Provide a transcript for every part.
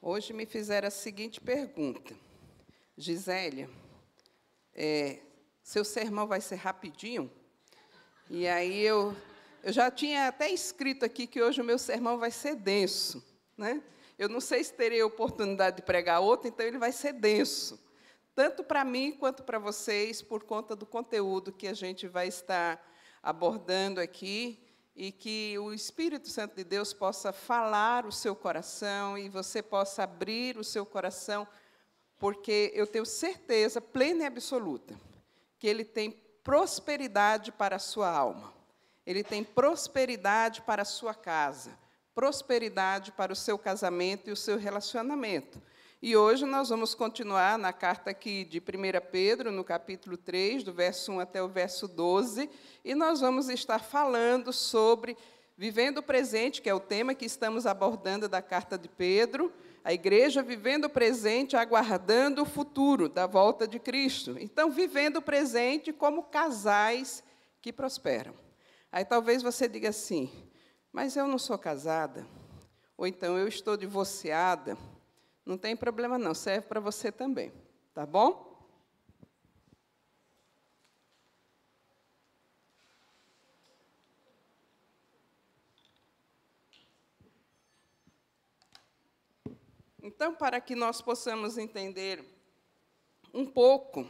Hoje me fizeram a seguinte pergunta: Gisélia, seu sermão vai ser rapidinho? E aí eu já tinha até escrito aqui que hoje o meu sermão vai ser denso, né? Eu não sei se terei a oportunidade de pregar outro, então ele vai ser denso, tanto para mim quanto para vocês, por conta do conteúdo que a gente vai estar abordando aqui, e que o Espírito Santo de Deus possa falar o seu coração e você possa abrir o seu coração, porque eu tenho certeza plena e absoluta que Ele tem prosperidade para a sua alma, Ele tem prosperidade para a sua casa, prosperidade para o seu casamento e o seu relacionamento. E hoje nós vamos continuar na carta aqui de 1 Pedro, no capítulo 3, do verso 1 até o verso 12, e nós vamos estar falando sobre vivendo o presente, que é o tema que estamos abordando da carta de Pedro, a igreja vivendo o presente, aguardando o futuro da volta de Cristo. Então, vivendo o presente como casais que prosperam. Aí talvez você diga assim, mas eu não sou casada, ou então eu estou divorciada. Não tem problema não, serve para você também, tá bom? Então, para que nós possamos entender um pouco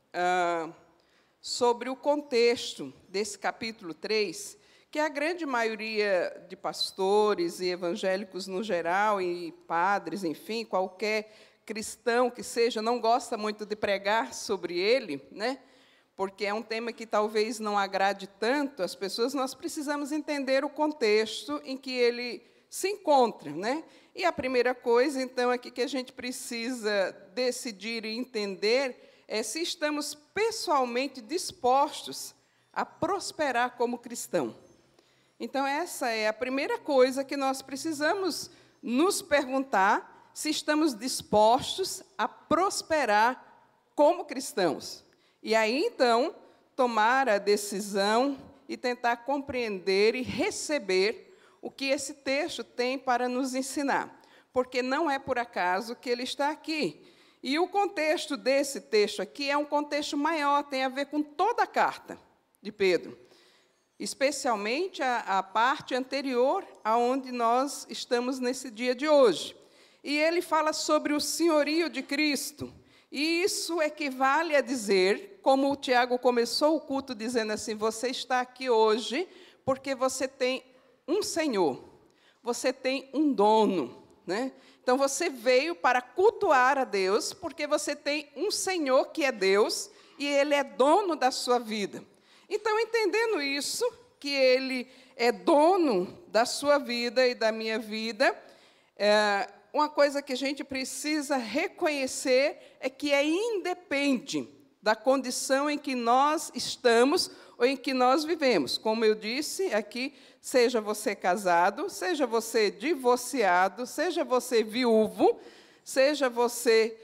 sobre o contexto desse capítulo 3, que a grande maioria de pastores e evangélicos no geral, e padres, enfim, qualquer cristão que seja, não gosta muito de pregar sobre ele, né? Porque é um tema que talvez não agrade tanto as pessoas, nós precisamos entender o contexto em que ele se encontra, né? E a primeira coisa, então, aqui que a gente precisa decidir e entender é se estamos pessoalmente dispostos a prosperar como cristão. Então, essa é a primeira coisa que nós precisamos nos perguntar, se estamos dispostos a prosperar como cristãos. E aí, então, tomar a decisão e tentar compreender e receber o que esse texto tem para nos ensinar. Porque não é por acaso que ele está aqui. E o contexto desse texto aqui é um contexto maior, tem a ver com toda a carta de Pedro. Especialmente a parte anterior aonde nós estamos nesse dia de hoje. E ele fala sobre o senhorio de Cristo. E isso equivale a dizer, como o Tiago começou o culto dizendo assim, você está aqui hoje porque você tem um Senhor, você tem um dono, né? Então, você veio para cultuar a Deus porque você tem um Senhor que é Deus e Ele é dono da sua vida. Então, entendendo isso, que Ele é dono da sua vida e da minha vida, uma coisa que a gente precisa reconhecer é que independe da condição em que nós estamos ou em que nós vivemos. Como eu disse aqui, seja você casado, seja você divorciado, seja você viúvo, seja você,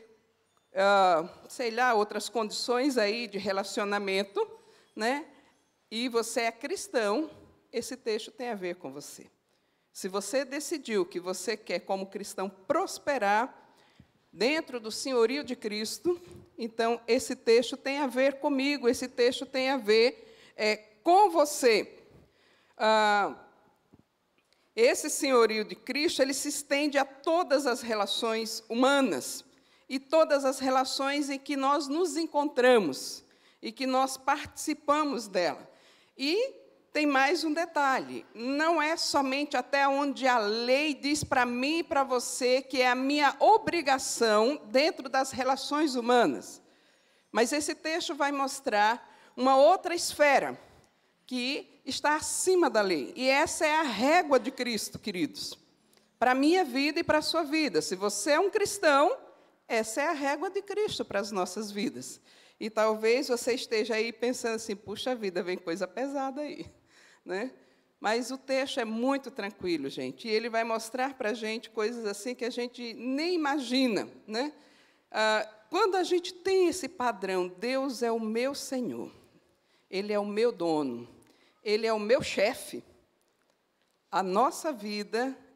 sei lá, outras condições aí de relacionamento, né? E você é cristão, esse texto tem a ver com você. Se você decidiu que você quer, como cristão, prosperar dentro do senhorio de Cristo, então esse texto tem a ver comigo, esse texto tem a ver com você. Esse senhorio de Cristo, ele se estende a todas as relações humanas e todas as relações em que nós nos encontramos e que nós participamos dela. E tem mais um detalhe, não é somente até onde a lei diz para mim e para você que é a minha obrigação dentro das relações humanas, mas esse texto vai mostrar uma outra esfera que está acima da lei, e essa é a régua de Cristo, queridos, para a minha vida e para a sua vida. Se você é um cristão, essa é a régua de Cristo para as nossas vidas. E talvez você esteja aí pensando assim, puxa vida, vem coisa pesada aí, né? Mas o texto é muito tranquilo, gente, e ele vai mostrar para a gente coisas assim que a gente nem imagina, né? Quando a gente tem esse padrão, Deus é o meu Senhor, Ele é o meu dono, Ele é o meu chefe, a nossa vida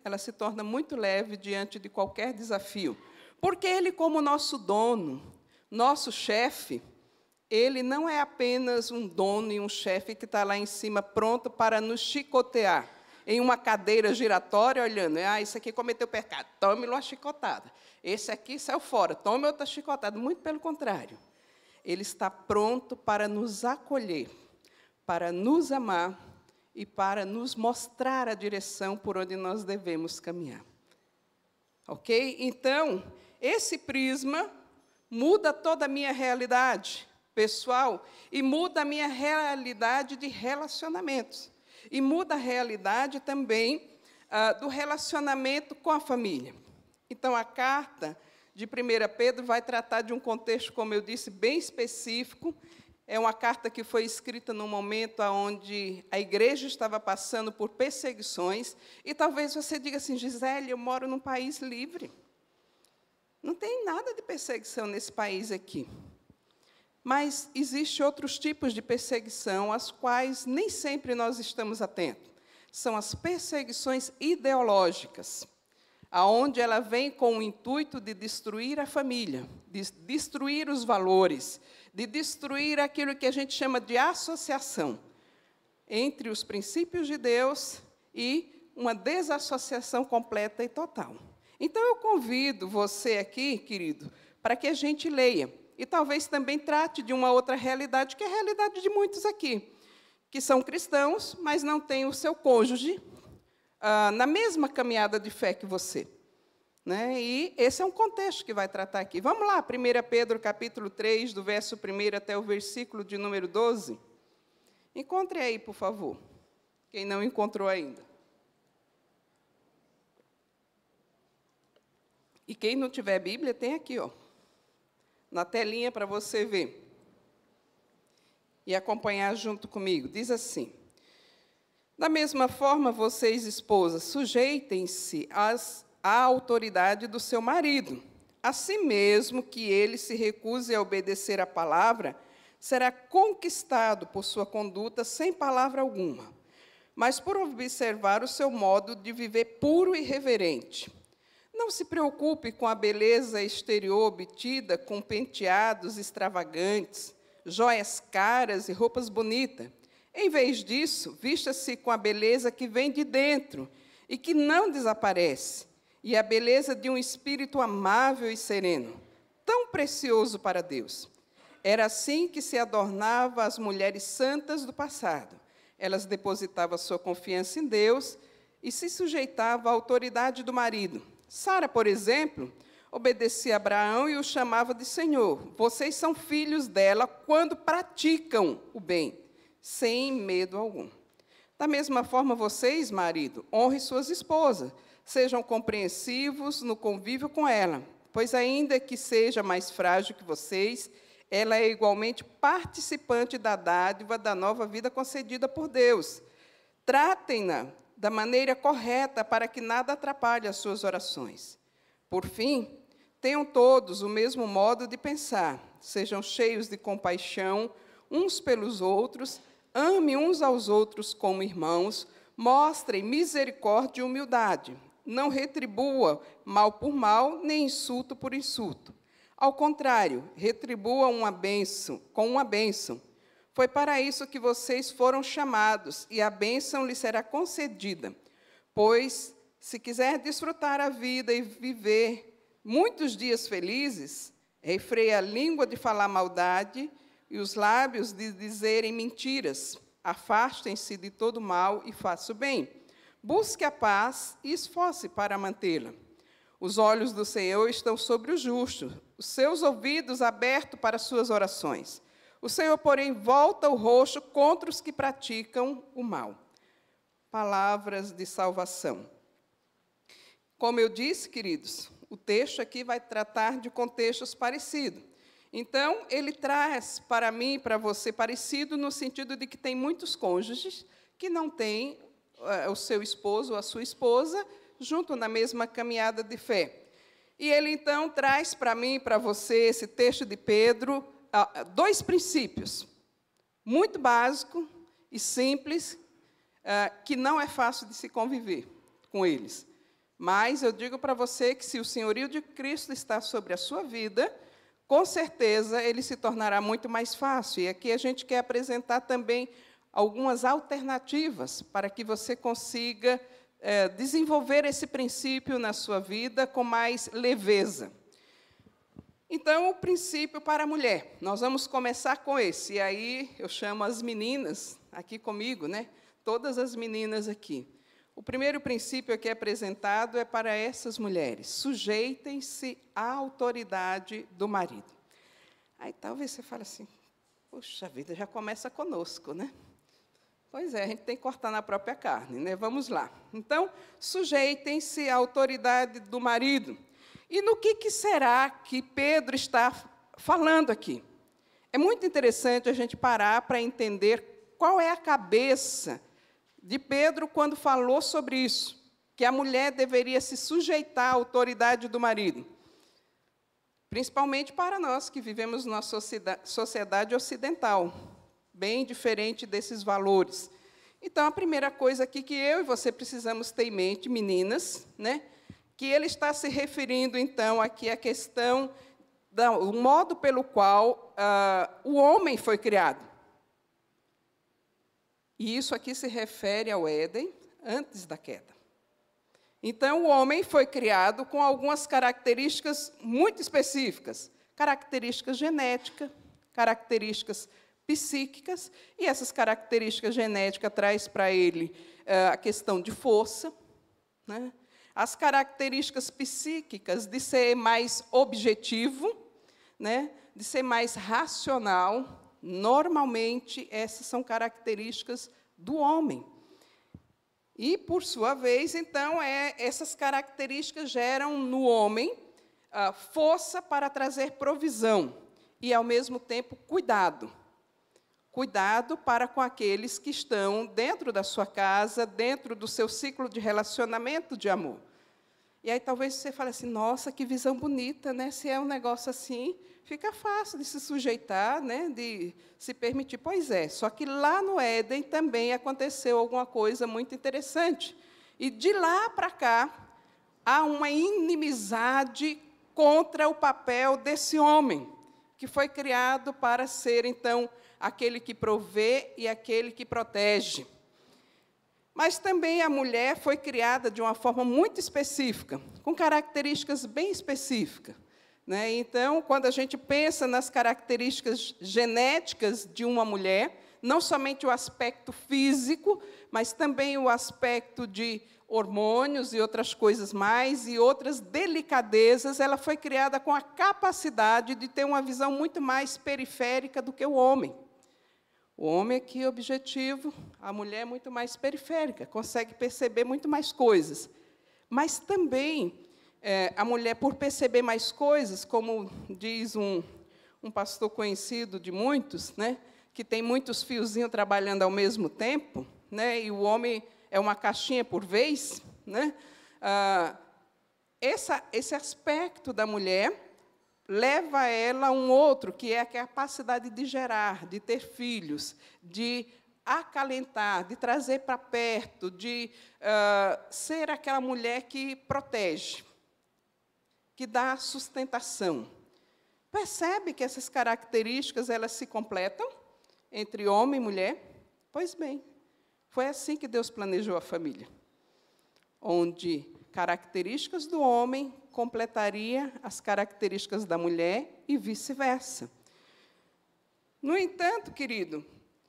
ela se torna muito leve diante de qualquer desafio. Porque Ele, como nosso dono, nosso chefe, Ele não é apenas um dono e um chefe que está lá em cima pronto para nos chicotear, em uma cadeira giratória, olhando, esse aqui cometeu pecado, tome-lhe uma chicotada. Esse aqui saiu fora, tome outra chicotada. Muito pelo contrário. Ele está pronto para nos acolher, para nos amar e para nos mostrar a direção por onde nós devemos caminhar. Ok? Então, esse prisma muda toda a minha realidade pessoal e muda a minha realidade de relacionamentos. E muda a realidade também do relacionamento com a família. Então, a carta de 1 Pedro vai tratar de um contexto, como eu disse, bem específico. É uma carta que foi escrita num momento onde a igreja estava passando por perseguições. E talvez você diga assim, Gisele, eu moro num país livre. Não tem nada de perseguição nesse país aqui. Mas existem outros tipos de perseguição, às quais nem sempre nós estamos atentos. São as perseguições ideológicas, aonde ela vem com o intuito de destruir a família, de destruir os valores, de destruir aquilo que a gente chama de associação entre os princípios de Deus e uma desassociação completa e total. Então, eu convido você aqui, querido, para que a gente leia. E talvez também trate de uma outra realidade, que é a realidade de muitos aqui, que são cristãos, mas não têm o seu cônjuge na mesma caminhada de fé que você. Né? E esse é um contexto que vai tratar aqui. Vamos lá, 1 Pedro, capítulo 3, do verso 1 até o versículo de número 12. Encontre aí, por favor, quem não encontrou ainda. E quem não tiver Bíblia, tem aqui, ó, na telinha para você ver e acompanhar junto comigo. Diz assim: da mesma forma, vocês, esposas, sujeitem-se à autoridade do seu marido. Assim mesmo que ele se recuse a obedecer à palavra, será conquistado por sua conduta sem palavra alguma, mas por observar o seu modo de viver puro e reverente. Não se preocupe com a beleza exterior obtida com penteados extravagantes, joias caras e roupas bonitas. Em vez disso, vista-se com a beleza que vem de dentro e que não desaparece, e a beleza de um espírito amável e sereno, tão precioso para Deus. Era assim que se adornava as mulheres santas do passado. Elas depositavam sua confiança em Deus e se sujeitavam à autoridade do marido. Sara, por exemplo, obedecia a Abraão e o chamava de Senhor. Vocês são filhos dela quando praticam o bem, sem medo algum. Da mesma forma, vocês, marido, honrem suas esposas, sejam compreensivos no convívio com ela, pois ainda que seja mais frágil que vocês, ela é igualmente participante da dádiva da nova vida concedida por Deus. Tratem-na da maneira correta, para que nada atrapalhe as suas orações. Por fim, tenham todos o mesmo modo de pensar, sejam cheios de compaixão uns pelos outros, amem uns aos outros como irmãos, mostrem misericórdia e humildade, não retribua mal por mal, nem insulto por insulto. Ao contrário, retribua uma bênção com uma bênção. Foi para isso que vocês foram chamados, e a bênção lhe será concedida. Pois, se quiser desfrutar a vida e viver muitos dias felizes, refreie a língua de falar maldade e os lábios de dizerem mentiras. Afastem-se de todo mal e faça o bem. Busque a paz e esforce para mantê-la. Os olhos do Senhor estão sobre o justo, os seus ouvidos abertos para suas orações. O Senhor, porém, volta o rosto contra os que praticam o mal. Palavras de salvação. Como eu disse, queridos, o texto aqui vai tratar de contextos parecidos. Então, ele traz para mim e para você parecido no sentido de que tem muitos cônjuges que não têm o seu esposo ou a sua esposa junto na mesma caminhada de fé. E ele, então, traz para mim e para você esse texto de Pedro, dois princípios, muito básico e simples, que não é fácil de se conviver com eles. Mas eu digo para você que se o senhorio de Cristo está sobre a sua vida, com certeza ele se tornará muito mais fácil. E aqui a gente quer apresentar também algumas alternativas para que você consiga desenvolver esse princípio na sua vida com mais leveza. Então, o princípio para a mulher. Nós vamos começar com esse. E aí eu chamo as meninas aqui comigo, né? Todas as meninas aqui. O primeiro princípio aqui apresentado é para essas mulheres. Sujeitem-se à autoridade do marido. Aí talvez você fale assim, puxa vida, já começa conosco, né? Pois é, a gente tem que cortar na própria carne, né? Vamos lá. Então, sujeitem-se à autoridade do marido. E no que será que Pedro está falando aqui? É muito interessante a gente parar para entender qual é a cabeça de Pedro quando falou sobre isso, que a mulher deveria se sujeitar à autoridade do marido. Principalmente para nós que vivemos numa sociedade ocidental, bem diferente desses valores. Então, a primeira coisa aqui que eu e você precisamos ter em mente, meninas, né, que ele está se referindo, então, aqui à questão do modo pelo qual o homem foi criado. E isso aqui se refere ao Éden, antes da queda. Então, o homem foi criado com algumas características muito específicas. Características genéticas, características psíquicas, e essas características genéticas traz para ele a questão de força, né? As características psíquicas de ser mais objetivo, né? De ser mais racional. Normalmente, essas são características do homem. E, por sua vez, então, essas características geram no homem força para trazer provisão e, ao mesmo tempo, cuidado. Cuidado para com aqueles que estão dentro da sua casa, dentro do seu ciclo de relacionamento de amor. E aí talvez você fale assim, nossa, que visão bonita, né? Se é um negócio assim, fica fácil de se sujeitar, né? De se permitir. Pois é, só que lá no Éden também aconteceu alguma coisa muito interessante. E de lá para cá, há uma inimizade contra o papel desse homem, que foi criado para ser, então, aquele que provê e aquele que protege. Mas também a mulher foi criada de uma forma muito específica, com características bem específicas, né? Então, quando a gente pensa nas características genéticas de uma mulher, não somente o aspecto físico, mas também o aspecto de hormônios e outras coisas mais, e outras delicadezas, ela foi criada com a capacidade de ter uma visão muito mais periférica do que o homem. O homem aqui é objetivo, a mulher é muito mais periférica, consegue perceber muito mais coisas. Mas também, a mulher, por perceber mais coisas, como diz um pastor conhecido de muitos, né, que tem muitos fiozinhos trabalhando ao mesmo tempo, né, e o homem é uma caixinha por vez, né, esse aspecto da mulher leva ela a um outro, que é a capacidade de gerar, de ter filhos, de acalentar, de trazer para perto, de ser aquela mulher que protege, que dá sustentação. Percebe que essas características elas se completam entre homem e mulher? Pois bem, foi assim que Deus planejou a família, onde características do homem completaria as características da mulher e vice-versa. No entanto, querido,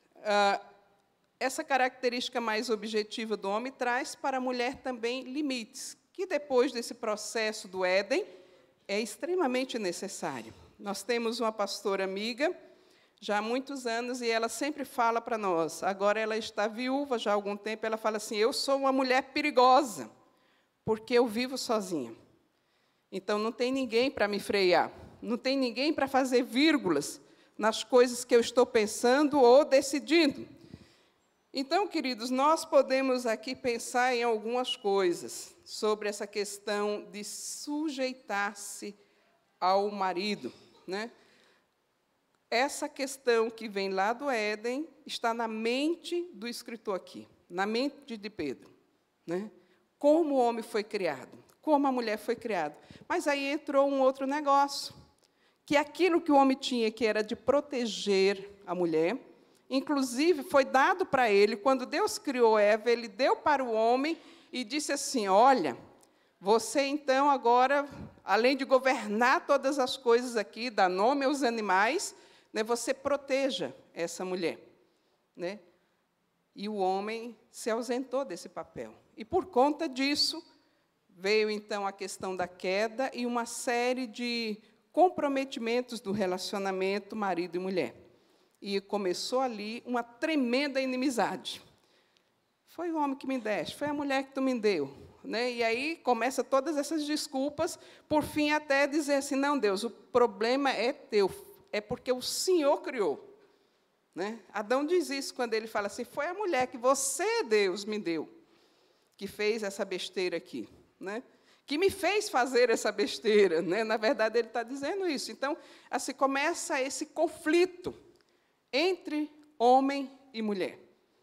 essa característica mais objetiva do homem traz para a mulher também limites, que depois desse processo do Éden é extremamente necessário. Nós temos uma pastora amiga, já há muitos anos, e ela sempre fala para nós, agora ela está viúva já há algum tempo, ela fala assim, eu sou uma mulher perigosa, porque eu vivo sozinha. Então, não tem ninguém para me frear, não tem ninguém para fazer vírgulas nas coisas que eu estou pensando ou decidindo. Então, queridos, nós podemos aqui pensar em algumas coisas sobre essa questão de sujeitar-se ao marido, né? Essa questão que vem lá do Éden está na mente do escritor aqui, na mente de Pedro, né? como o homem foi criado, como a mulher foi criada. Mas aí entrou um outro negócio, que aquilo que o homem tinha, que era de proteger a mulher, inclusive foi dado para ele, quando Deus criou Eva, ele deu para o homem e disse assim: olha, você então agora, além de governar todas as coisas aqui, dar nome aos animais, né, você proteja essa mulher. Né? E o homem se ausentou desse papel. E, por conta disso, veio, então, a questão da queda e uma série de comprometimentos do relacionamento marido e mulher. E começou ali uma tremenda inimizade. Foi o homem que me deste, foi a mulher que tu me deu. Né? E aí começa todas essas desculpas, por fim até dizer assim: não, Deus, o problema é teu, é porque o Senhor criou. Né? Adão diz isso quando ele fala assim: foi a mulher que você, Deus, me deu, que fez essa besteira aqui. Né? Que me fez fazer essa besteira. Né? Na verdade, ele está dizendo isso. Então, assim, começa esse conflito entre homem e mulher.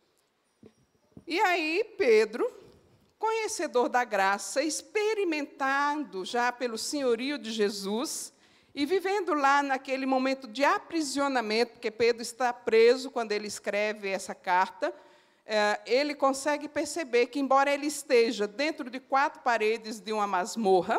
E aí, Pedro, conhecedor da graça, experimentado já pelo senhorio de Jesus, e vivendo lá naquele momento de aprisionamento, porque Pedro está preso quando ele escreve essa carta, ele consegue perceber que, embora ele esteja dentro de 4 paredes de uma masmorra,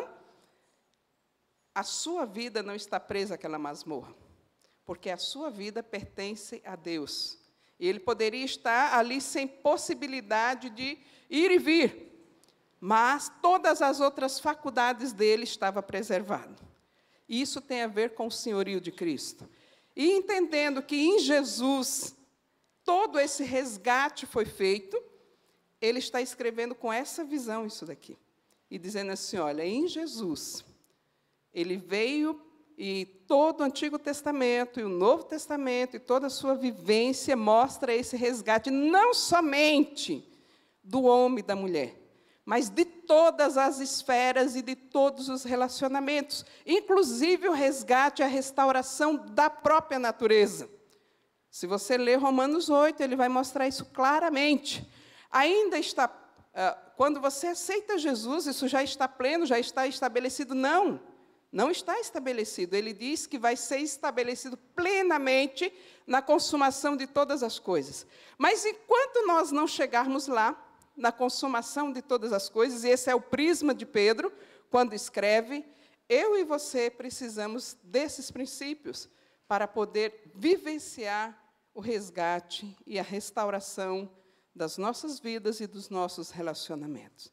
a sua vida não está presa àquela masmorra, porque a sua vida pertence a Deus. E ele poderia estar ali sem possibilidade de ir e vir, mas todas as outras faculdades dele estavam preservadas. E isso tem a ver com o senhorio de Cristo. E entendendo que em Jesus todo esse resgate foi feito, ele está escrevendo com essa visão isso daqui. E dizendo assim: olha, em Jesus, ele veio e todo o Antigo Testamento e o Novo Testamento e toda a sua vivência mostra esse resgate, não somente do homem e da mulher, mas de todas as esferas e de todos os relacionamentos, inclusive o resgate e a restauração da própria natureza. Se você ler Romanos 8, ele vai mostrar isso claramente. Ainda está, quando você aceita Jesus, isso já está pleno, já está estabelecido? Não, não está estabelecido. Ele diz que vai ser estabelecido plenamente na consumação de todas as coisas. Mas enquanto nós não chegarmos lá, na consumação de todas as coisas, e esse é o prisma de Pedro, quando escreve, eu e você precisamos desses princípios para poder vivenciar o resgate e a restauração das nossas vidas e dos nossos relacionamentos.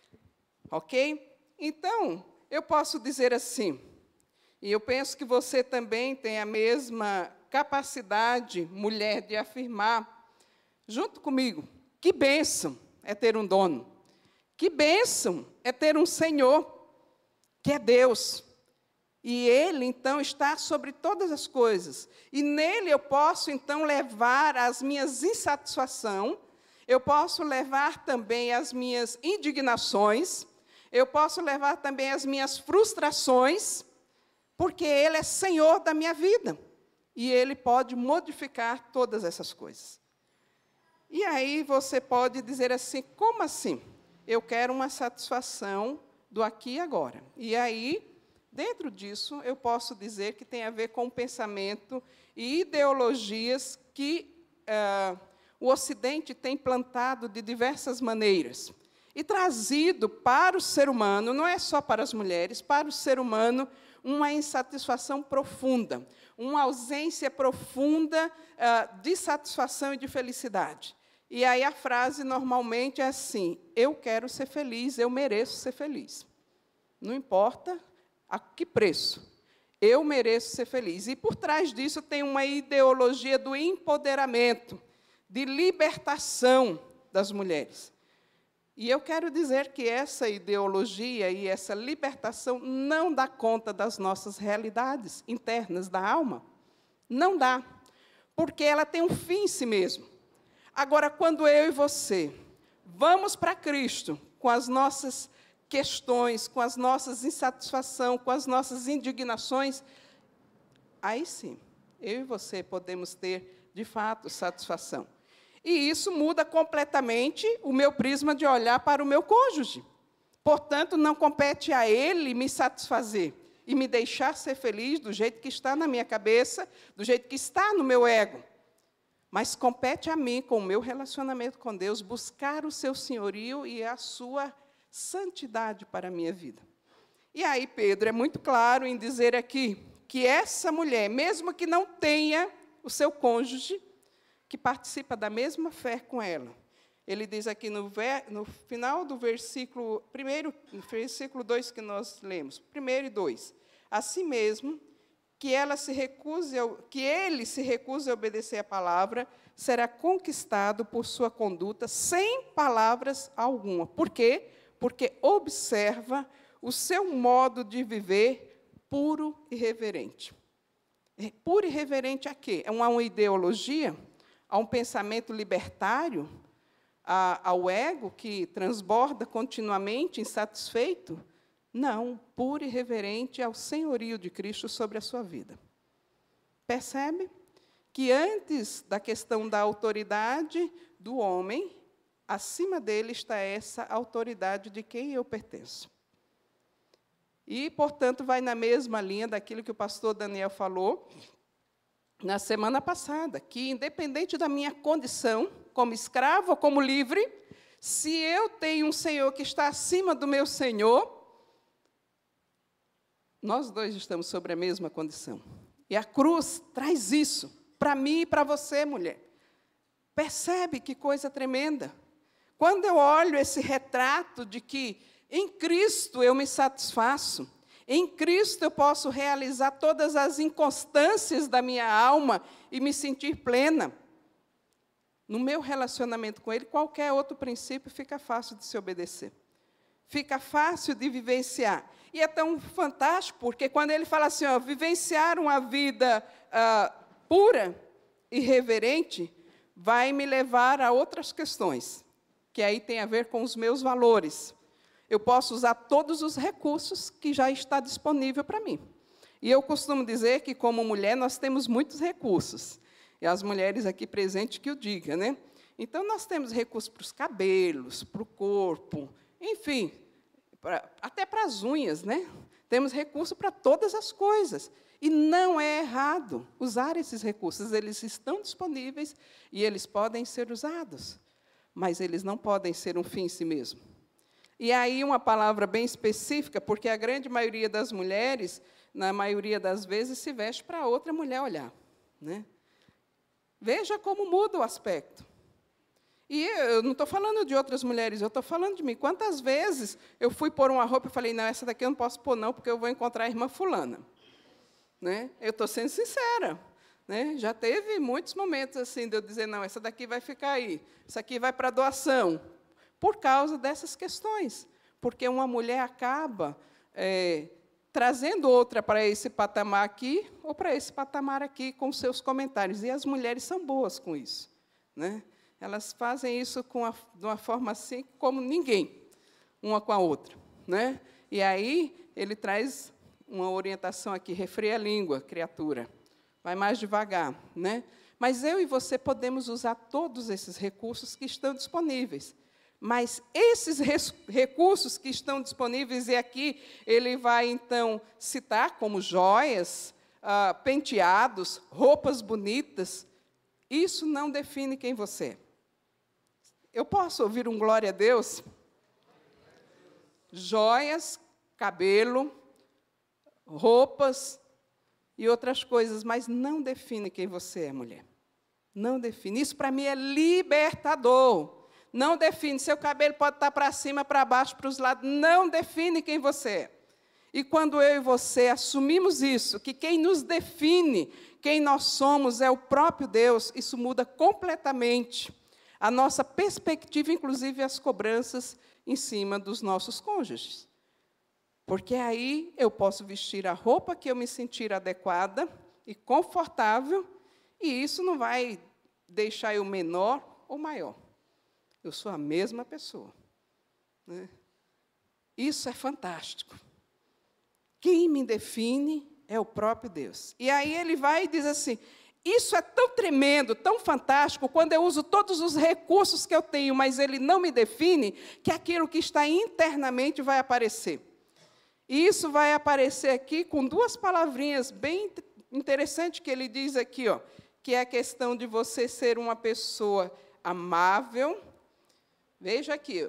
Ok? Então, eu posso dizer assim, e eu penso que você também tem a mesma capacidade, mulher, de afirmar, junto comigo, que bênção é ter um dono. Que bênção é ter um Senhor, que é Deus. E Ele, então, está sobre todas as coisas. E nele eu posso, então, levar as minhas insatisfações, eu posso levar também as minhas indignações, eu posso levar também as minhas frustrações, porque Ele é Senhor da minha vida. E Ele pode modificar todas essas coisas. E aí você pode dizer assim: como assim? Eu quero uma satisfação do aqui e agora. E aí, dentro disso, eu posso dizer que tem a ver com o pensamento e ideologias que o Ocidente tem plantado de diversas maneiras e trazido para o ser humano, não é só para as mulheres, para o ser humano, uma insatisfação profunda, uma ausência profunda de satisfação e de felicidade. E aí a frase normalmente é assim: eu quero ser feliz, eu mereço ser feliz. Não importa a que preço, eu mereço ser feliz. E por trás disso tem uma ideologia do empoderamento, de libertação das mulheres. E eu quero dizer que essa ideologia e essa libertação não dá conta das nossas realidades internas da alma. Não dá, porque ela tem um fim em si mesmo. Agora, quando eu e você vamos para Cristo com as nossas questões, com as nossas insatisfações, com as nossas indignações, aí sim, eu e você podemos ter, de fato, satisfação. E isso muda completamente o meu prisma de olhar para o meu cônjuge. Portanto, não compete a ele me satisfazer e me deixar ser feliz do jeito que está na minha cabeça, do jeito que está no meu ego. Mas compete a mim, com o meu relacionamento com Deus, buscar o seu senhorio e a sua santidade para a minha vida. E aí, Pedro é muito claro em dizer aqui que essa mulher, mesmo que não tenha o seu cônjuge, que participa da mesma fé com ela, ele diz aqui no final do versículo, no versículo 2 que nós lemos, 1 e 2. Assim mesmo, que ele se recuse a obedecer a palavra, será conquistado por sua conduta sem palavras alguma. Por quê? Porque observa o seu modo de viver puro e reverente. Puro e reverente a quê? É uma ideologia? A um pensamento libertário? Ao ego que transborda continuamente, insatisfeito? Não, puro e reverente ao senhorio de Cristo sobre a sua vida. Percebe? Que antes da questão da autoridade do homem, acima dele está essa autoridade de quem eu pertenço. E, portanto, vai na mesma linha daquilo que o pastor Daniel falou na semana passada, que, independente da minha condição, como escravo ou como livre, se eu tenho um Senhor que está acima do meu Senhor, nós dois estamos sobre a mesma condição. E a cruz traz isso para mim e para você, mulher. Percebe que coisa tremenda? Quando eu olho esse retrato de que em Cristo eu me satisfaço, em Cristo eu posso realizar todas as inconstâncias da minha alma e me sentir plena, no meu relacionamento com Ele, qualquer outro princípio fica fácil de se obedecer. Fica fácil de vivenciar. E é tão fantástico, porque quando ele fala assim, vivenciar uma vida pura e reverente, vai me levar a outras questões, que aí tem a ver com os meus valores. Eu posso usar todos os recursos que já está disponível para mim. E eu costumo dizer que, como mulher, nós temos muitos recursos. E as mulheres aqui presentes que o digam, né? Então, nós temos recursos para os cabelos, para o corpo, enfim, até para as unhas, né? Temos recurso para todas as coisas. E não é errado usar esses recursos. Eles estão disponíveis e eles podem ser usados. Mas eles não podem ser um fim em si mesmo. E aí, uma palavra bem específica, porque a grande maioria das mulheres, na maioria das vezes, se veste para outra mulher olhar, né? Veja como muda o aspecto. E eu não estou falando de outras mulheres, eu estou falando de mim. Quantas vezes eu fui pôr uma roupa e falei, não, essa daqui eu não posso pôr, não, porque eu vou encontrar a irmã fulana. Né? Eu estou sendo sincera. Né? Já teve muitos momentos assim, de eu dizer, não, essa daqui vai ficar aí, essa aqui vai para doação, por causa dessas questões. Porque uma mulher acaba trazendo outra para esse patamar aqui, ou para esse patamar aqui, com seus comentários. E as mulheres são boas com isso. Né? Elas fazem isso de uma forma assim, como ninguém, uma com a outra. Né? E aí, ele traz uma orientação aqui, refreia a língua, criatura. Vai mais devagar. Né? Mas eu e você podemos usar todos esses recursos que estão disponíveis. Mas esses recursos que estão disponíveis, e aqui ele vai, então, citar como joias, penteados, roupas bonitas, isso não define quem você é. Eu posso ouvir um glória a Deus? Joias, cabelo, roupas e outras coisas, mas não define quem você é, mulher. Não define. Isso, para mim, é libertador. Não define. Seu cabelo pode estar para cima, para baixo, para os lados. Não define quem você é. E quando eu e você assumimos isso, que quem nos define, quem nós somos, é o próprio Deus, isso muda completamente a nossa perspectiva, inclusive as cobranças em cima dos nossos cônjuges. Porque aí eu posso vestir a roupa que eu me sentir adequada e confortável, e isso não vai deixar eu menor ou maior. Eu sou a mesma pessoa. Né? Isso é fantástico. Quem me define é o próprio Deus. E aí ele vai e diz assim, Isso é tão tremendo, tão fantástico, quando eu uso todos os recursos que eu tenho, mas ele não me define, que aquilo que está internamente vai aparecer. E isso vai aparecer aqui com duas palavrinhas bem interessantes que ele diz aqui, ó, que é a questão de você ser uma pessoa amável. Veja aqui, ó.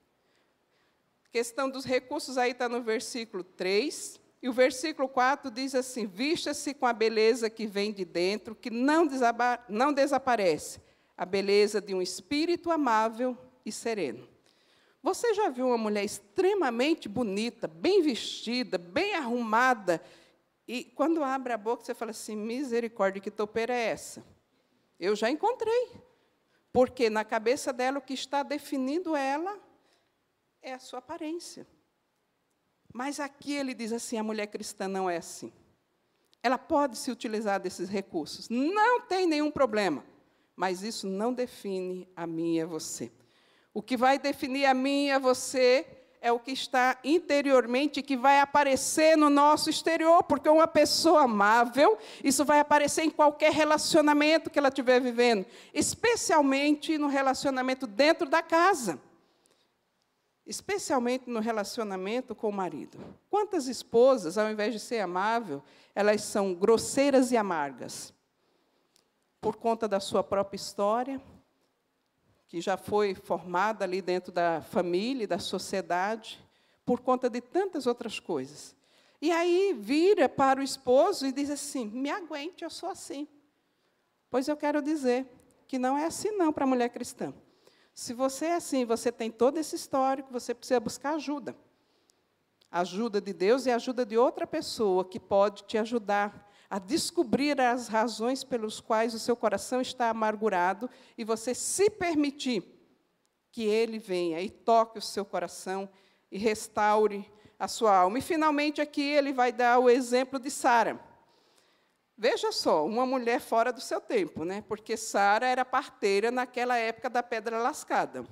A questão dos recursos aí está no versículo 3. E o versículo 4 diz assim: vista-se com a beleza que vem de dentro, que não desaparece, a beleza de um espírito amável e sereno. Você já viu uma mulher extremamente bonita, bem vestida, bem arrumada, e quando abre a boca, você fala assim, misericórdia, que topeira é essa? Eu já encontrei. Porque na cabeça dela, o que está definindo ela é a sua aparência. Mas aqui ele diz assim, a mulher cristã não é assim. Ela pode se utilizar desses recursos, não tem nenhum problema, mas isso não define a mim e a você. O que vai definir a mim e a você é o que está interiormente, que vai aparecer no nosso exterior, porque uma pessoa amável, isso vai aparecer em qualquer relacionamento que ela estiver vivendo, especialmente no relacionamento dentro da casa. Especialmente no relacionamento com o marido. Quantas esposas, ao invés de ser amável, elas são grosseiras e amargas? Por conta da sua própria história, que já foi formada ali dentro da família, da sociedade, por conta de tantas outras coisas. E aí vira para o esposo e diz assim, me aguente, eu sou assim. Pois eu quero dizer que não é assim não para a mulher cristã. Se você é assim, você tem todo esse histórico, você precisa buscar ajuda. Ajuda de Deus e ajuda de outra pessoa que pode te ajudar a descobrir as razões pelas quais o seu coração está amargurado e você se permitir que Ele venha e toque o seu coração e restaure a sua alma. E, finalmente, aqui ele vai dar o exemplo de Sara. Veja só, uma mulher fora do seu tempo, né? Porque Sara era parteira naquela época da pedra lascada.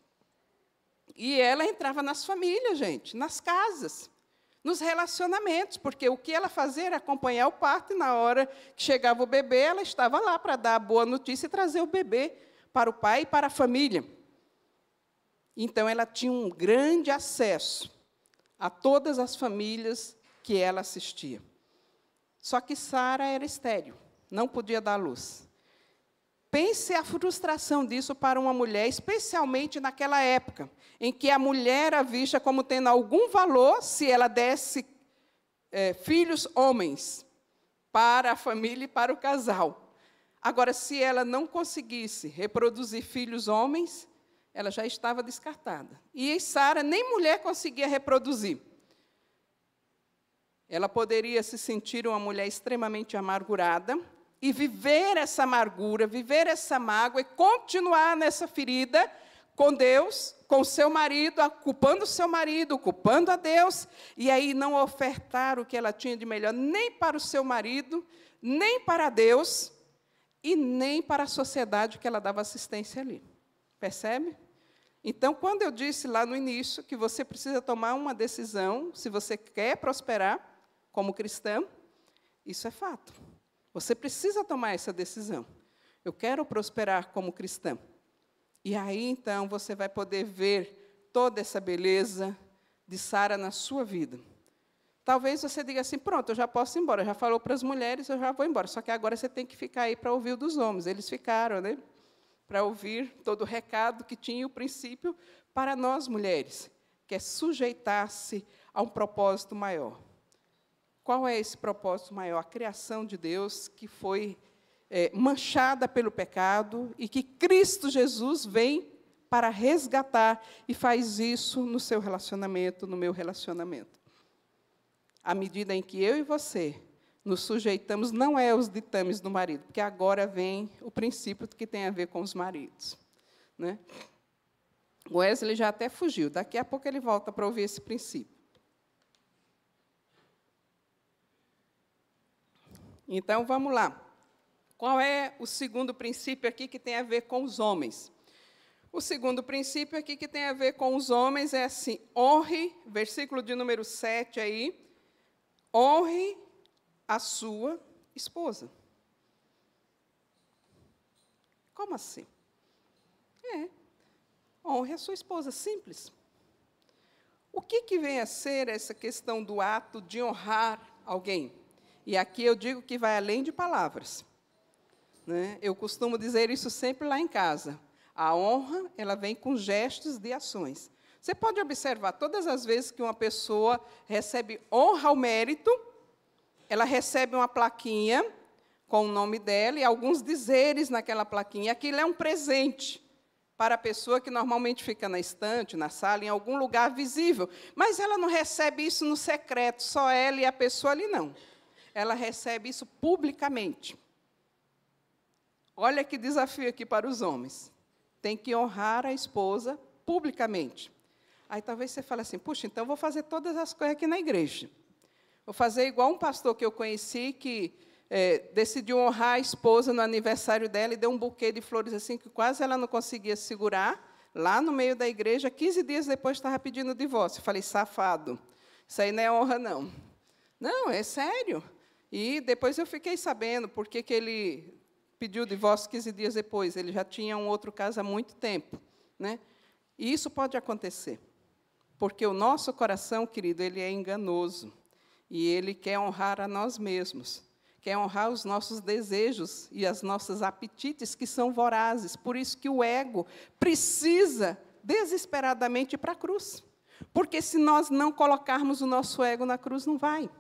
E ela entrava nas famílias, gente, nas casas, nos relacionamentos, porque o que ela fazia era acompanhar o parto, e na hora que chegava o bebê, ela estava lá para dar a boa notícia e trazer o bebê para o pai e para a família. Então, ela tinha um grande acesso a todas as famílias que ela assistia. Só que Sara era estéril, não podia dar luz. Pense a frustração disso para uma mulher, especialmente naquela época, em que a mulher era vista como tendo algum valor se ela desse filhos homens para a família e para o casal. Agora, se ela não conseguisse reproduzir filhos homens, ela já estava descartada. E Sara, nem mulher conseguia reproduzir. Ela poderia se sentir uma mulher extremamente amargurada e viver essa amargura, viver essa mágoa e continuar nessa ferida com Deus, com o seu marido, culpando o seu marido, culpando a Deus, e aí não ofertar o que ela tinha de melhor nem para o seu marido, nem para Deus, e nem para a sociedade que ela dava assistência ali. Percebe? Então, quando eu disse lá no início que você precisa tomar uma decisão, se você quer prosperar como cristã, isso é fato. Você precisa tomar essa decisão. Eu quero prosperar como cristã. E aí, então, você vai poder ver toda essa beleza de Sara na sua vida. Talvez você diga assim, pronto, eu já posso ir embora. Já falou para as mulheres, eu já vou embora. Só que agora você tem que ficar aí para ouvir o dos homens. Eles ficaram, né? Para ouvir todo o recado que tinha o princípio para nós, mulheres, que é sujeitar-se a um propósito maior. Qual é esse propósito maior? A criação de Deus, que foi manchada pelo pecado e que Cristo Jesus vem para resgatar e faz isso no seu relacionamento, no meu relacionamento. À medida em que eu e você nos sujeitamos, não é aos ditames do marido, porque agora vem o princípio que tem a ver com os maridos, né? Wesley já até fugiu, daqui a pouco ele volta para ouvir esse princípio. Então, vamos lá. Qual é o segundo princípio aqui que tem a ver com os homens? O segundo princípio aqui que tem a ver com os homens é assim, honre, versículo de número 7 aí, honre a sua esposa. Como assim? Honre a sua esposa, simples. O que vem a ser essa questão do ato de honrar alguém? E aqui eu digo que vai além de palavras, né? Eu costumo dizer isso sempre lá em casa. A honra, ela vem com gestos de ações. Você pode observar, todas as vezes que uma pessoa recebe honra ao mérito, ela recebe uma plaquinha com o nome dela e alguns dizeres naquela plaquinha. Aquilo é um presente para a pessoa que normalmente fica na estante, na sala, em algum lugar visível. Mas ela não recebe isso no secreto, só ela e a pessoa ali, não. Ela recebe isso publicamente. Olha que desafio aqui para os homens. Tem que honrar a esposa publicamente. Aí talvez você fale assim, puxa, então vou fazer todas as coisas aqui na igreja. Vou fazer igual um pastor que eu conheci, que decidiu honrar a esposa no aniversário dela e deu um buquê de flores assim que quase ela não conseguia segurar, lá no meio da igreja. 15 dias depois estava pedindo divórcio. Eu falei, safado, isso aí não é honra, não. Não, é sério. E depois eu fiquei sabendo por que ele pediu o divórcio 15 dias depois. Ele já tinha um outro caso há muito tempo, né? E isso pode acontecer, porque o nosso coração, querido, ele é enganoso. E ele quer honrar a nós mesmos. Quer honrar os nossos desejos e as nossas apetites, que são vorazes. Por isso que o ego precisa desesperadamente ir para a cruz. Porque se nós não colocarmos o nosso ego na cruz, não vai.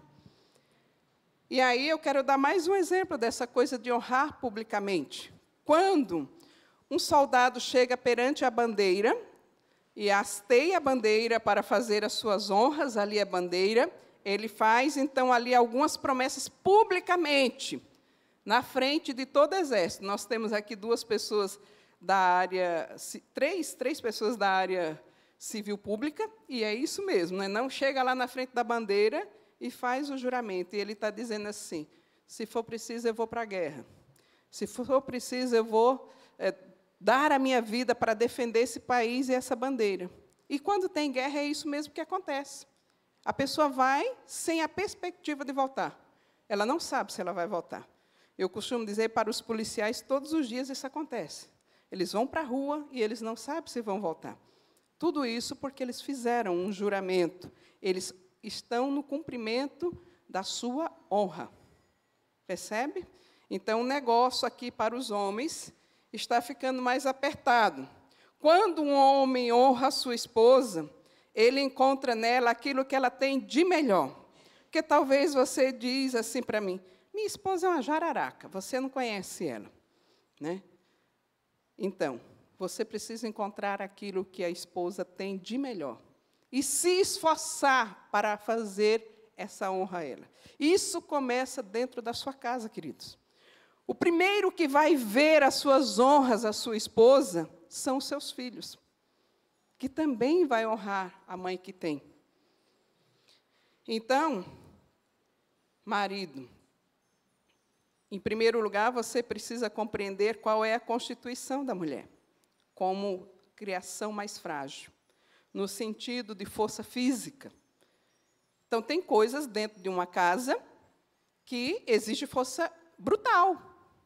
E aí eu quero dar mais um exemplo dessa coisa de honrar publicamente. Quando um soldado chega perante a bandeira e hasteia a bandeira para fazer as suas honras, ali a bandeira, ele faz, então, ali algumas promessas publicamente, na frente de todo o exército. Nós temos aqui duas pessoas da área, três pessoas da área civil pública, e é isso mesmo, né? Não chega lá na frente da bandeira e faz o juramento. E ele está dizendo assim, se for preciso, eu vou para a guerra. Se for preciso, eu vou dar a minha vida para defender esse país e essa bandeira. E quando tem guerra, é isso mesmo que acontece. A pessoa vai sem a perspectiva de voltar. Ela não sabe se ela vai voltar. Eu costumo dizer para os policiais, todos os dias isso acontece. Eles vão para a rua e eles não sabem se vão voltar. Tudo isso porque eles fizeram um juramento. Eles estão no cumprimento da sua honra. Percebe? Então, o negócio aqui para os homens está ficando mais apertado. Quando um homem honra a sua esposa, ele encontra nela aquilo que ela tem de melhor. Porque talvez você diz assim para mim, minha esposa é uma jararaca, você não conhece ela, né? Então, você precisa encontrar aquilo que a esposa tem de melhor. E se esforçar para fazer essa honra a ela. Isso começa dentro da sua casa, queridos. O primeiro que vai ver as suas honras à sua esposa são os seus filhos, que também vai honrar a mãe que tem. Então, marido, em primeiro lugar, você precisa compreender qual é a constituição da mulher, como criação mais frágil, no sentido de força física. Então, tem coisas dentro de uma casa que exige força brutal.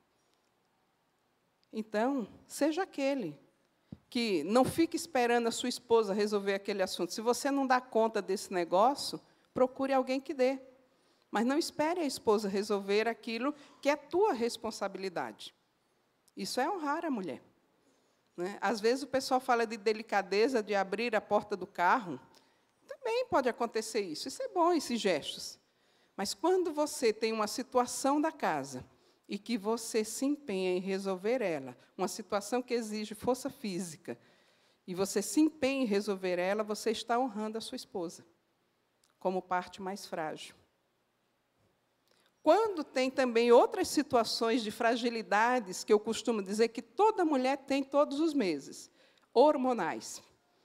Então, seja aquele que não fique esperando a sua esposa resolver aquele assunto. Se você não dá conta desse negócio, procure alguém que dê. Mas não espere a esposa resolver aquilo que é tua responsabilidade. Isso é honrar a mulher, né? Às vezes o pessoal fala de delicadeza, de abrir a porta do carro. Também pode acontecer isso. Isso é bom, esses gestos. Mas quando você tem uma situação da casa e que você se empenha em resolver ela, uma situação que exige força física, e você se empenha em resolver ela, você está honrando a sua esposa, como parte mais frágil. Quando tem também outras situações de fragilidades, que eu costumo dizer que toda mulher tem todos os meses, hormonais.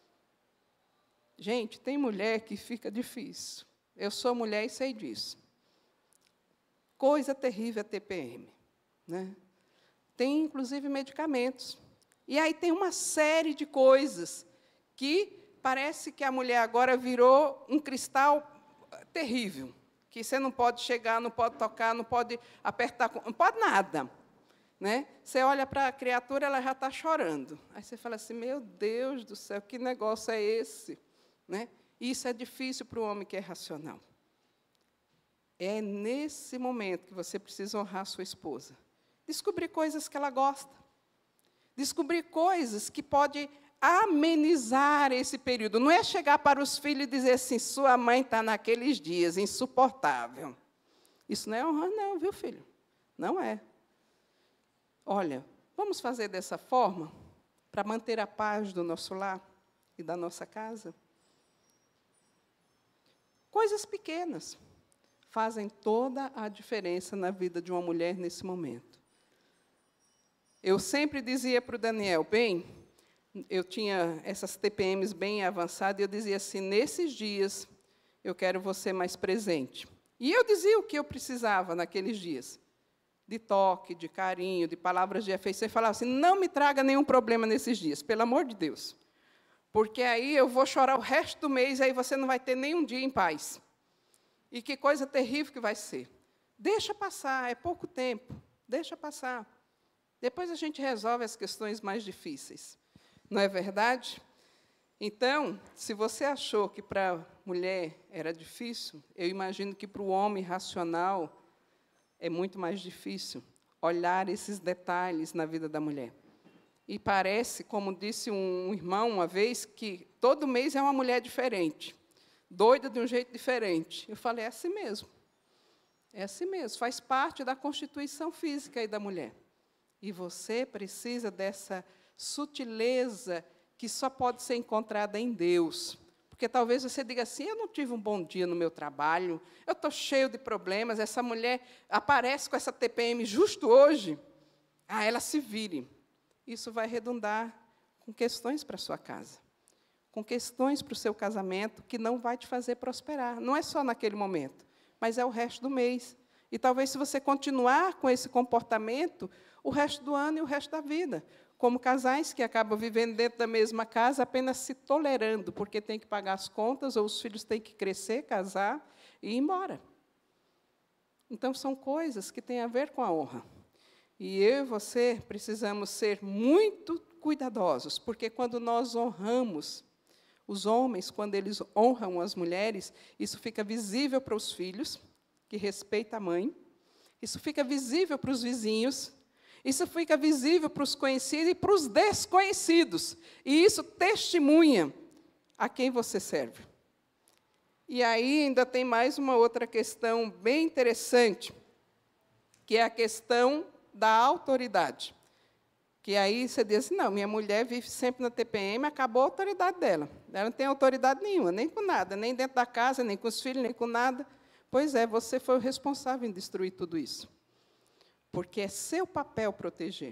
Gente, tem mulher que fica difícil. Eu sou mulher e sei disso. Coisa terrível a TPM, né? Tem, inclusive, medicamentos. E aí tem uma série de coisas que parece que a mulher agora virou um cristal terrível, que você não pode chegar, não pode tocar, não pode apertar, não pode nada. né? Você olha para a criatura, ela já está chorando. Aí você fala assim, meu Deus do céu, que negócio é esse? Né? Isso é difícil para o homem que é racional. É nesse momento que você precisa honrar a sua esposa. Descobrir coisas que ela gosta. Descobrir coisas que podem amenizar esse período. Não é chegar para os filhos e dizer assim, sua mãe está naqueles dias, insuportável. Isso não é honrar, não, viu, filho? Não é. Olha, vamos fazer dessa forma para manter a paz do nosso lar e da nossa casa? Coisas pequenas fazem toda a diferença na vida de uma mulher nesse momento. Eu sempre dizia para o Daniel, bem, eu tinha essas TPMs bem avançadas, e eu dizia assim, nesses dias, eu quero você mais presente. E eu dizia o que eu precisava naqueles dias, de toque, de carinho, de palavras de afeição. Eu falava assim, não me traga nenhum problema nesses dias, pelo amor de Deus, porque aí eu vou chorar o resto do mês, aí você não vai ter nenhum dia em paz. E que coisa terrível que vai ser. Deixa passar, é pouco tempo, deixa passar. Depois a gente resolve as questões mais difíceis. Não é verdade? Então, se você achou que para a mulher era difícil, eu imagino que para o homem racional é muito mais difícil olhar esses detalhes na vida da mulher. E parece, como disse um irmão uma vez, que todo mês é uma mulher diferente, doida de um jeito diferente. Eu falei, é assim mesmo. É assim mesmo, faz parte da constituição física aí da mulher. E você precisa dessa sutileza que só pode ser encontrada em Deus. Porque talvez você diga assim, eu não tive um bom dia no meu trabalho, eu estou cheio de problemas, essa mulher aparece com essa TPM justo hoje, ela se vire. Isso vai redundar com questões para a sua casa, com questões para o seu casamento, que não vai te fazer prosperar. Não é só naquele momento, mas é o resto do mês. E talvez, se você continuar com esse comportamento, o resto do ano e o resto da vida, como casais que acabam vivendo dentro da mesma casa, apenas se tolerando, porque tem que pagar as contas, ou os filhos têm que crescer, casar e ir embora. Então, são coisas que têm a ver com a honra. E eu e você precisamos ser muito cuidadosos, porque quando nós honramos os homens, quando eles honram as mulheres, isso fica visível para os filhos, que respeitam a mãe, isso fica visível para os vizinhos, isso fica visível para os conhecidos e para os desconhecidos. E isso testemunha a quem você serve. E aí ainda tem mais uma outra questão bem interessante, que é a questão da autoridade. Que aí você diz assim, não, minha mulher vive sempre na TPM, acabou a autoridade dela. Ela não tem autoridade nenhuma, nem com nada, nem dentro da casa, nem com os filhos, nem com nada. Pois é, você foi o responsável em destruir tudo isso. Porque é seu papel proteger.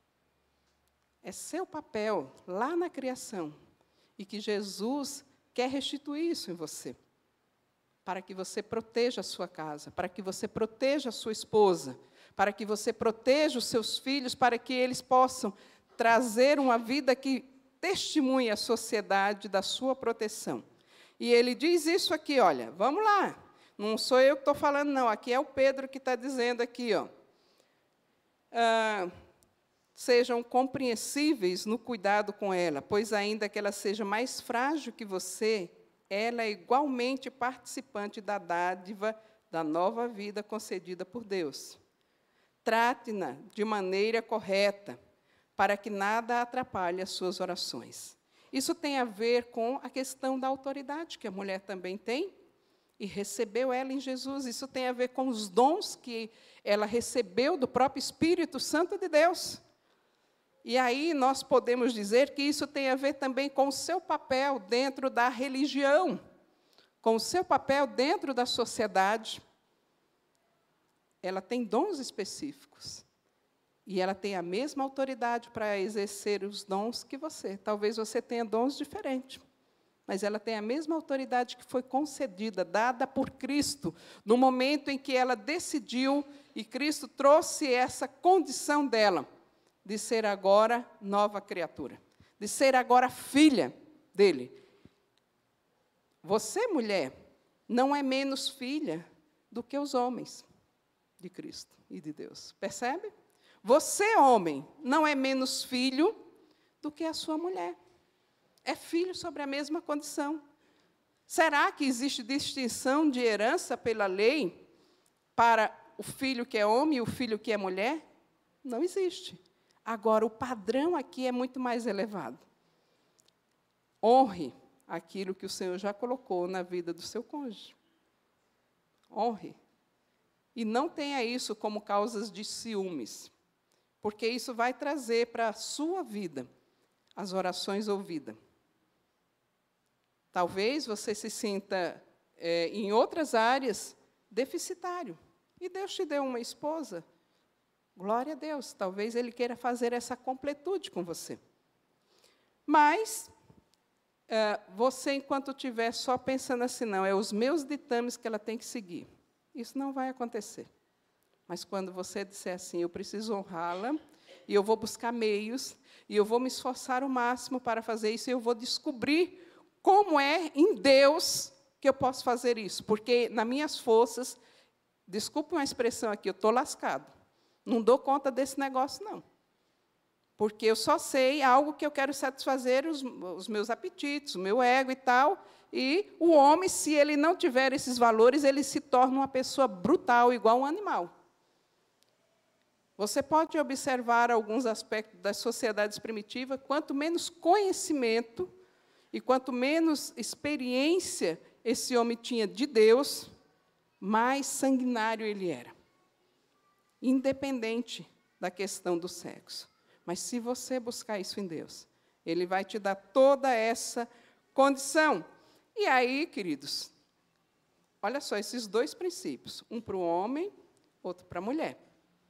É seu papel lá na criação. E que Jesus quer restituir isso em você. Para que você proteja a sua casa, para que você proteja a sua esposa, para que você proteja os seus filhos, para que eles possam trazer uma vida que testemunhe à sociedade da sua proteção. E ele diz isso aqui, olha, vamos lá. Não sou eu que estou falando, não. Aqui é o Pedro que está dizendo aqui, ó. Sejam compreensíveis no cuidado com ela, pois ainda que ela seja mais frágil que você, ela é igualmente participante da dádiva da nova vida concedida por Deus. Trate-na de maneira correta, para que nada atrapalhe as suas orações. Isso tem a ver com a questão da autoridade, que a mulher também tem, e recebeu ela em Jesus. Isso tem a ver com os dons que ela recebeu do próprio Espírito Santo de Deus. E aí nós podemos dizer que isso tem a ver também com o seu papel dentro da religião, com o seu papel dentro da sociedade. Ela tem dons específicos. E ela tem a mesma autoridade para exercer os dons que você. Talvez você tenha dons diferentes. Mas ela tem a mesma autoridade que foi concedida, dada por Cristo, no momento em que ela decidiu, e Cristo trouxe essa condição dela, de ser agora nova criatura, de ser agora filha dele. Você, mulher, não é menos filha do que os homens de Cristo e de Deus. Percebe? Você, homem, não é menos filho do que a sua mulher. É filho sobre a mesma condição. Será que existe distinção de herança pela lei para o filho que é homem e o filho que é mulher? Não existe. Agora, o padrão aqui é muito mais elevado. Honre aquilo que o Senhor já colocou na vida do seu cônjuge. Honre. E não tenha isso como causas de ciúmes, porque isso vai trazer para a sua vida as orações ouvidas. Talvez você se sinta, em outras áreas, deficitário. E Deus te deu uma esposa. Glória a Deus. Talvez Ele queira fazer essa completude com você. Mas, você, enquanto estiver só pensando assim, não, é os meus ditames que ela tem que seguir. Isso não vai acontecer. Mas, quando você disser assim, eu preciso honrá-la, e eu vou buscar meios, e eu vou me esforçar o máximo para fazer isso, e eu vou descobrir como é em Deus que eu posso fazer isso. Porque, nas minhas forças, desculpe uma expressão aqui, eu estou lascado. Não dou conta desse negócio, não. Porque eu só sei algo que eu quero satisfazer os meus apetites, o meu ego e tal. E o homem, se ele não tiver esses valores, ele se torna uma pessoa brutal, igual um animal. Você pode observar alguns aspectos das sociedades primitivas, quanto menos conhecimento e quanto menos experiência esse homem tinha de Deus, mais sanguinário ele era. Independente da questão do sexo. Mas, se você buscar isso em Deus, Ele vai te dar toda essa condição. E aí, queridos, olha só, esses dois princípios, um para o homem, outro para a mulher.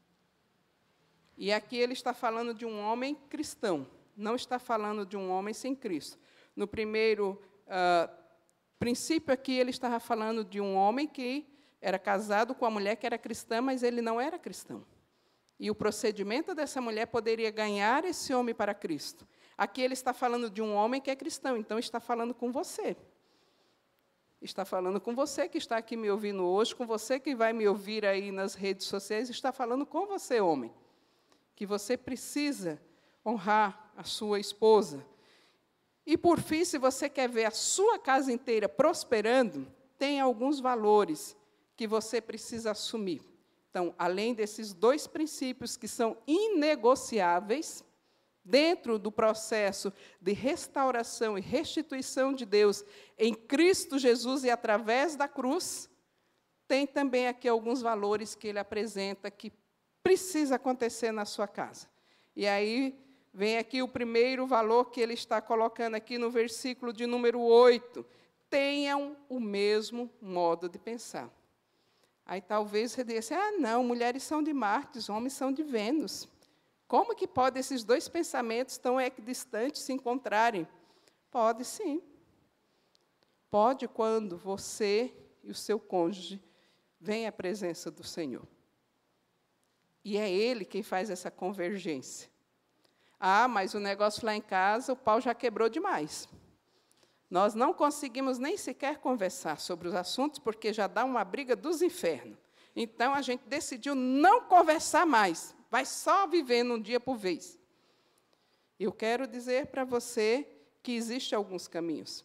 E aqui ele está falando de um homem cristão, não está falando de um homem sem Cristo. No primeiro princípio aqui, ele estava falando de um homem que era casado com uma mulher que era cristã, mas ele não era cristão. E o procedimento dessa mulher poderia ganhar esse homem para Cristo. Aqui ele está falando de um homem que é cristão, então está falando com você. Está falando com você que está aqui me ouvindo hoje, com você que vai me ouvir aí nas redes sociais, está falando com você, homem, que você precisa honrar a sua esposa. E, por fim, se você quer ver a sua casa inteira prosperando, tem alguns valores que você precisa assumir. Então, além desses dois princípios que são inegociáveis, dentro do processo de restauração e restituição de Deus em Cristo Jesus e através da cruz, tem também aqui alguns valores que ele apresenta que precisa acontecer na sua casa. E aí vem aqui o primeiro valor que ele está colocando aqui no versículo de número 8. Tenham o mesmo modo de pensar. Aí talvez você diga assim, não, mulheres são de Marte, homens são de Vênus. Como que pode esses dois pensamentos tão equidistantes se encontrarem? Pode sim. Pode quando você e o seu cônjuge vêm à presença do Senhor. E é Ele quem faz essa convergência. Mas o negócio lá em casa, o pau já quebrou demais. Nós não conseguimos nem sequer conversar sobre os assuntos, porque já dá uma briga dos infernos. Então, a gente decidiu não conversar mais, vai só vivendo um dia por vez. Eu quero dizer para você que existem alguns caminhos.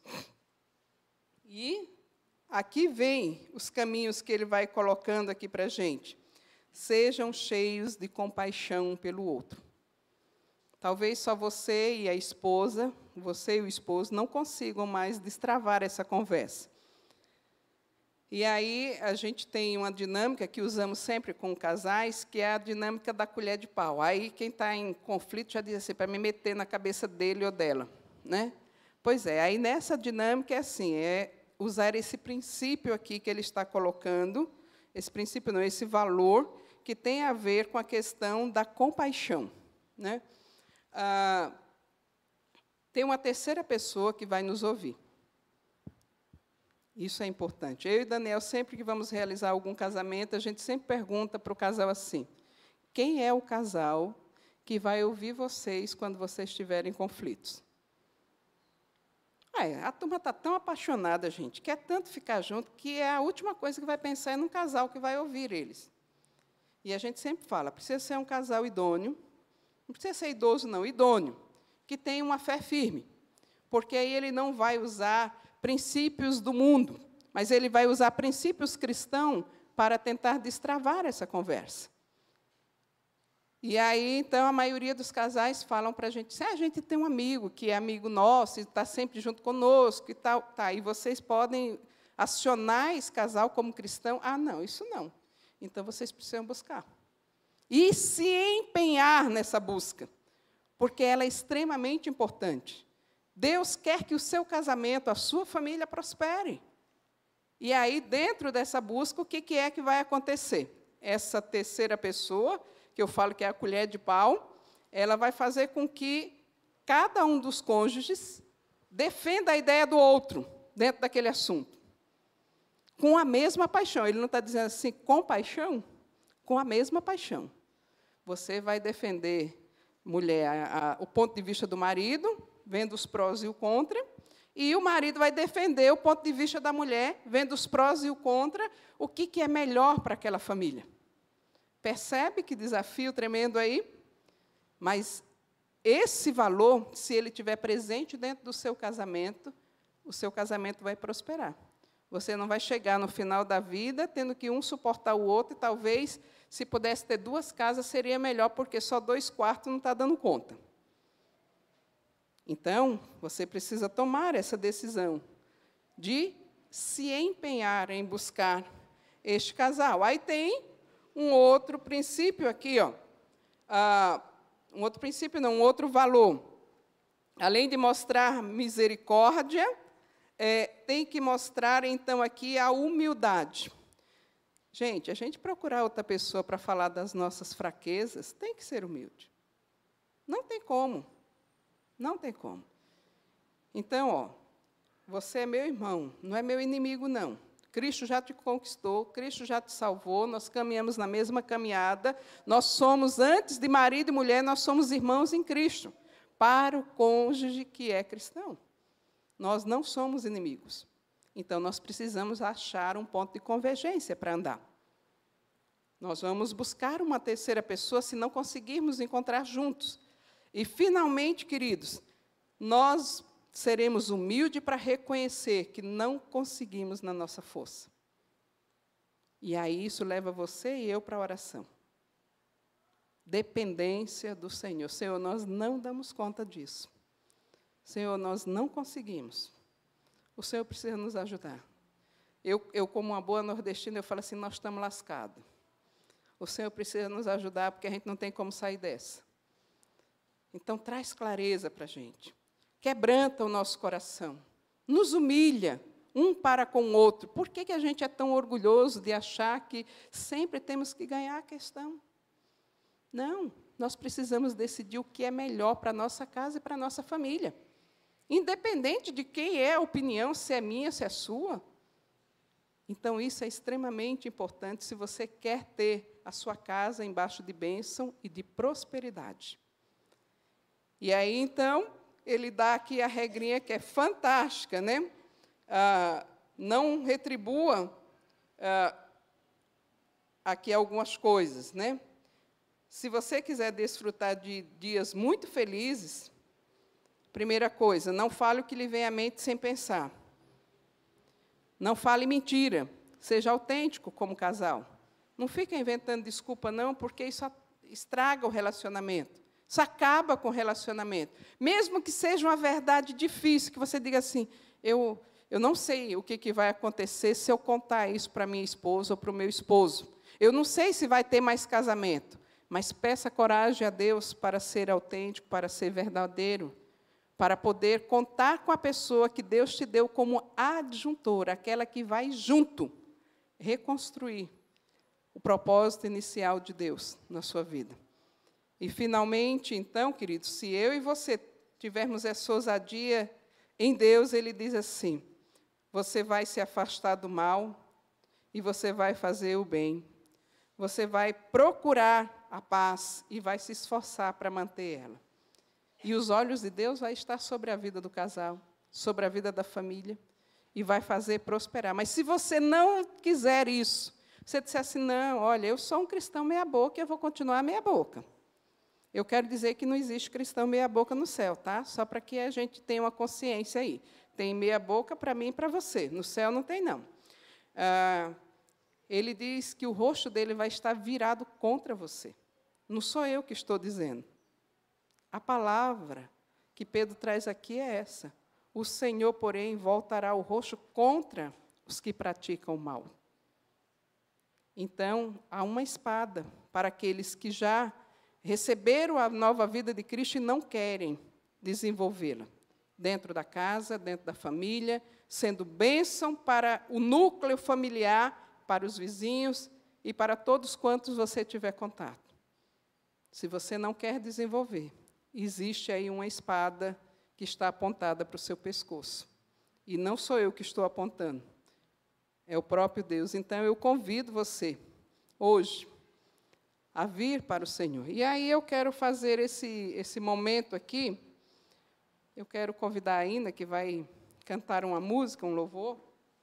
E aqui vem os caminhos que ele vai colocando aqui para a gente. Sejam cheios de compaixão um pelo outro. Talvez só você e a esposa, você e o esposo, não consigam mais destravar essa conversa. E aí, a gente tem uma dinâmica que usamos sempre com casais, que é a dinâmica da colher de pau. Aí, quem está em conflito já diz assim, para me meter na cabeça dele ou dela. Né? Pois é, aí nessa dinâmica é assim, é usar esse princípio aqui que ele está colocando, esse princípio não, esse valor, que tem a ver com a questão da compaixão. Né? Tem uma terceira pessoa que vai nos ouvir. Isso é importante. Eu e Daniel, sempre que vamos realizar algum casamento, a gente sempre pergunta para o casal assim, quem é o casal que vai ouvir vocês quando vocês estiverem em conflitos? A turma está tão apaixonada, gente, quer tanto ficar junto, que é a última coisa que vai pensar é num casal que vai ouvir eles. E a gente sempre fala, precisa ser um casal idôneo, não precisa ser idoso, não, idôneo, que tenha uma fé firme, porque aí ele não vai usar princípios do mundo, mas ele vai usar princípios cristãos para tentar destravar essa conversa. E aí, então, a maioria dos casais falam para a gente, a gente tem um amigo que é amigo nosso, está sempre junto conosco e tal. Tá, e vocês podem acionar esse casal como cristão? Ah, não, isso não. Então, vocês precisam buscar. E se empenhar nessa busca, porque ela é extremamente importante. Deus quer que o seu casamento, a sua família prospere. E aí, dentro dessa busca, o que é que vai acontecer? Essa terceira pessoa, que eu falo que é a colher de pau, ela vai fazer com que cada um dos cônjuges defenda a ideia do outro dentro daquele assunto, com a mesma paixão. Ele não está dizendo assim, com paixão? Com a mesma paixão. Você vai defender, mulher, o ponto de vista do marido, vendo os prós e o contra, e o marido vai defender o ponto de vista da mulher, vendo os prós e o contra, o que é melhor para aquela família. Percebe que desafio tremendo aí? Mas esse valor, se ele estiver presente dentro do seu casamento, o seu casamento vai prosperar. Você não vai chegar no final da vida tendo que um suportar o outro, e talvez, se pudesse ter 2 casas, seria melhor, porque só 2 quartos não está dando conta. Então, você precisa tomar essa decisão de se empenhar em buscar este casal. Aí tem um outro princípio aqui, ó. Um outro princípio, não, um outro valor. Além de mostrar misericórdia, tem que mostrar, então, aqui a humildade. Gente, a gente procurar outra pessoa para falar das nossas fraquezas, tem que ser humilde. Não tem como. Não tem como. Então, ó, você é meu irmão, não é meu inimigo, não. Cristo já te conquistou, Cristo já te salvou, nós caminhamos na mesma caminhada, nós somos, antes de marido e mulher, nós somos irmãos em Cristo, para o cônjuge que é cristão. Nós não somos inimigos. Então, nós precisamos achar um ponto de convergência para andar. Nós vamos buscar uma terceira pessoa se não conseguirmos encontrar juntos. E, finalmente, queridos, nós seremos humildes para reconhecer que não conseguimos na nossa força. E aí isso leva você e eu para a oração. Dependência do Senhor. Senhor, nós não damos conta disso. Senhor, nós não conseguimos. O Senhor precisa nos ajudar. Eu como uma boa nordestina, eu falo assim, nós estamos lascados. O Senhor precisa nos ajudar, porque a gente não tem como sair dessa. Então, traz clareza para a gente. Quebranta o nosso coração. Nos humilha, um para com o outro. Por que a gente é tão orgulhoso de achar que sempre temos que ganhar a questão? Não, nós precisamos decidir o que é melhor para a nossa casa e para a nossa família. Independente de quem é a opinião, se é minha, se é sua. Então, isso é extremamente importante se você quer ter a sua casa embaixo de bênção e de prosperidade. E aí, então, ele dá aqui a regrinha que é fantástica, né? Não retribua aqui algumas coisas, né? Se você quiser desfrutar de dias muito felizes, primeira coisa, não fale o que lhe vem à mente sem pensar. Não fale mentira. Seja autêntico como casal. Não fica inventando desculpa, não, porque isso estraga o relacionamento. Isso acaba com o relacionamento. Mesmo que seja uma verdade difícil, que você diga assim, eu não sei o que vai acontecer se eu contar isso para minha esposa ou para o meu esposo. Eu não sei se vai ter mais casamento, mas peça coragem a Deus para ser autêntico, para ser verdadeiro, para poder contar com a pessoa que Deus te deu como adjuntora, aquela que vai junto reconstruir o propósito inicial de Deus na sua vida. E, finalmente, então, queridos, se eu e você tivermos essa ousadia em Deus, ele diz assim, você vai se afastar do mal e você vai fazer o bem. Você vai procurar a paz e vai se esforçar para manter ela. E os olhos de Deus vão estar sobre a vida do casal, sobre a vida da família, e vai fazer prosperar. Mas se você não quiser isso, Você disser assim, não, olha, eu sou um cristão meia-boca e eu vou continuar meia-boca. Eu quero dizer que não existe cristão meia-boca no céu, tá? Só para que a gente tenha uma consciência aí. Tem meia-boca para mim e para você. No céu não tem, não. Ele diz que o rosto dele vai estar virado contra você. Não sou eu que estou dizendo. A palavra que Pedro traz aqui é essa. O Senhor, porém, voltará o rosto contra os que praticam o mal. Então, há uma espada para aqueles que já receberam a nova vida de Cristo e não querem desenvolvê-la. Dentro da casa, dentro da família, sendo bênção para o núcleo familiar, para os vizinhos e para todos quantos você tiver contato. Se você não quer desenvolver, existe aí uma espada que está apontada para o seu pescoço. E não sou eu que estou apontando, é o próprio Deus. Então, eu convido você, hoje, a vir para o Senhor. E aí eu quero fazer esse momento aqui, eu quero convidar a Ina, que vai cantar uma música, um louvor.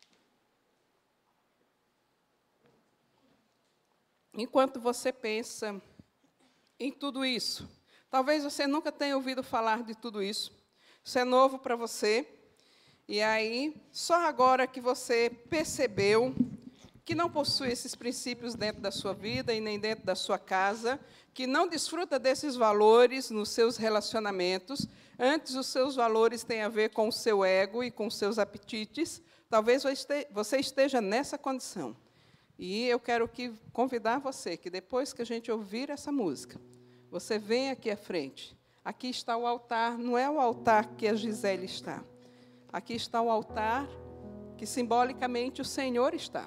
Enquanto você pensa em tudo isso, talvez você nunca tenha ouvido falar de tudo isso, isso é novo para você, e aí, só agora que você percebeu que não possui esses princípios dentro da sua vida e nem dentro da sua casa, que não desfruta desses valores nos seus relacionamentos, antes os seus valores têm a ver com o seu ego e com os seus apetites, talvez você esteja nessa condição. E eu quero convidar você, que depois que a gente ouvir essa música, você venha aqui à frente. Aqui está o altar, não é o altar que a Gisele está. Aqui está o altar que, simbolicamente, o Senhor está.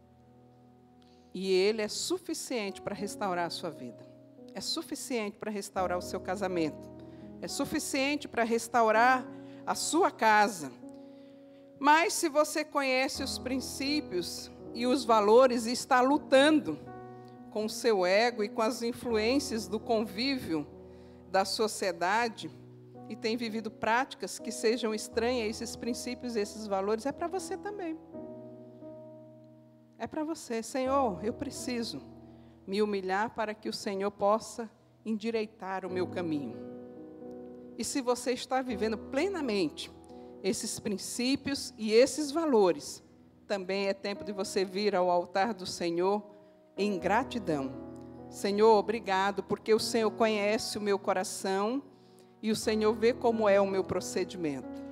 E Ele é suficiente para restaurar a sua vida. É suficiente para restaurar o seu casamento. É suficiente para restaurar a sua casa. Mas, se você conhece os princípios e os valores e está lutando com o seu ego e com as influências do convívio da sociedade e tem vivido práticas que sejam estranhas a esses princípios e esses valores, é para você também. É para você. Senhor, eu preciso me humilhar para que o Senhor possa endireitar o meu caminho. E se você está vivendo plenamente esses princípios e esses valores, também é tempo de você vir ao altar do Senhor em gratidão. Senhor, obrigado, porque o Senhor conhece o meu coração e o Senhor vê como é o meu procedimento.